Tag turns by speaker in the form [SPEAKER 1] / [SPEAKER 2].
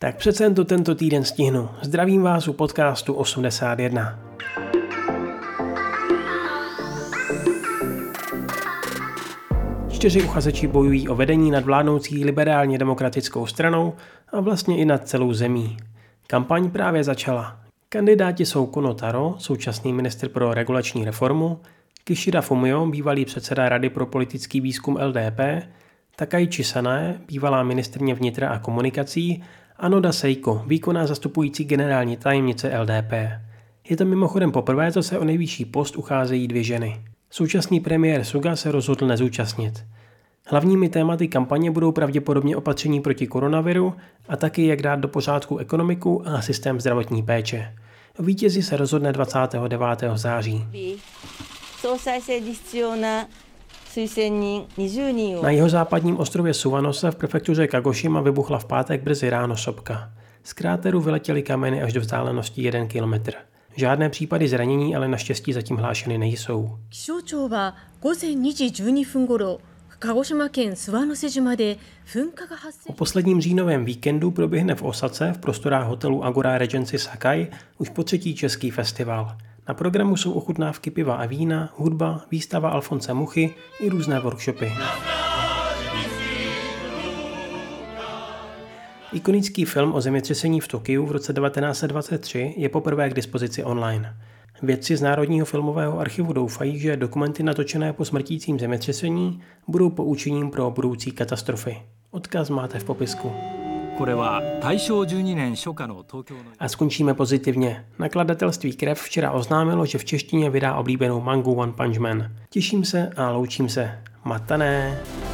[SPEAKER 1] Tak přece jen to tento týden stihnu. Zdravím vás u podcastu 81. Čtyři uchazeči bojují o vedení nad vládnoucí liberálně demokratickou stranou a vlastně i nad celou zemí. Kampaň právě začala. Kandidáti jsou Kono Taro, současný ministr pro regulační reformu, Kishida Fumio, bývalý předseda Rady pro politický výzkum LDP, Takaichi Sanae, bývalá ministryně vnitra a komunikací, a Noda Seiko, výkonná zastupující generální tajemnice LDP. Je to mimochodem poprvé, co se o nejvyšší post ucházejí dvě ženy. Současný premiér Suga se rozhodl nezúčastnit. Hlavními tématy kampaně budou pravděpodobně opatření proti koronaviru a taky jak dát do pořádku ekonomiku a systém zdravotní péče. O vítězi se rozhodne 29. září. Na jihozápadním ostrově Suvanose v prefektuře Kagošima vybuchla v pátek brzy ráno sopka. Z kráteru vyletěly kameny až do vzdálenosti 1 kilometr. Žádné případy zranění ale naštěstí zatím hlášeny nejsou. O posledním říjnovém víkendu proběhne v Osace v prostorách hotelu Agora Regency Sakai už po třetí český festival. Na programu jsou ochutnávky piva a vína, hudba, výstava Alfonse Muchy i různé workshopy. Ikonický film o zemětřesení v Tokiu v roce 1923 je poprvé k dispozici online. Vědci z Národního filmového archivu doufají, že dokumenty natočené po smrtícím zemětřesení budou poučením pro budoucí katastrofy. Odkaz máte v popisku. A skončíme pozitivně. Nakladatelství Krev včera oznámilo, že v češtině vydá oblíbenou mangu One Punch Man. Těším se a loučím se. Matané.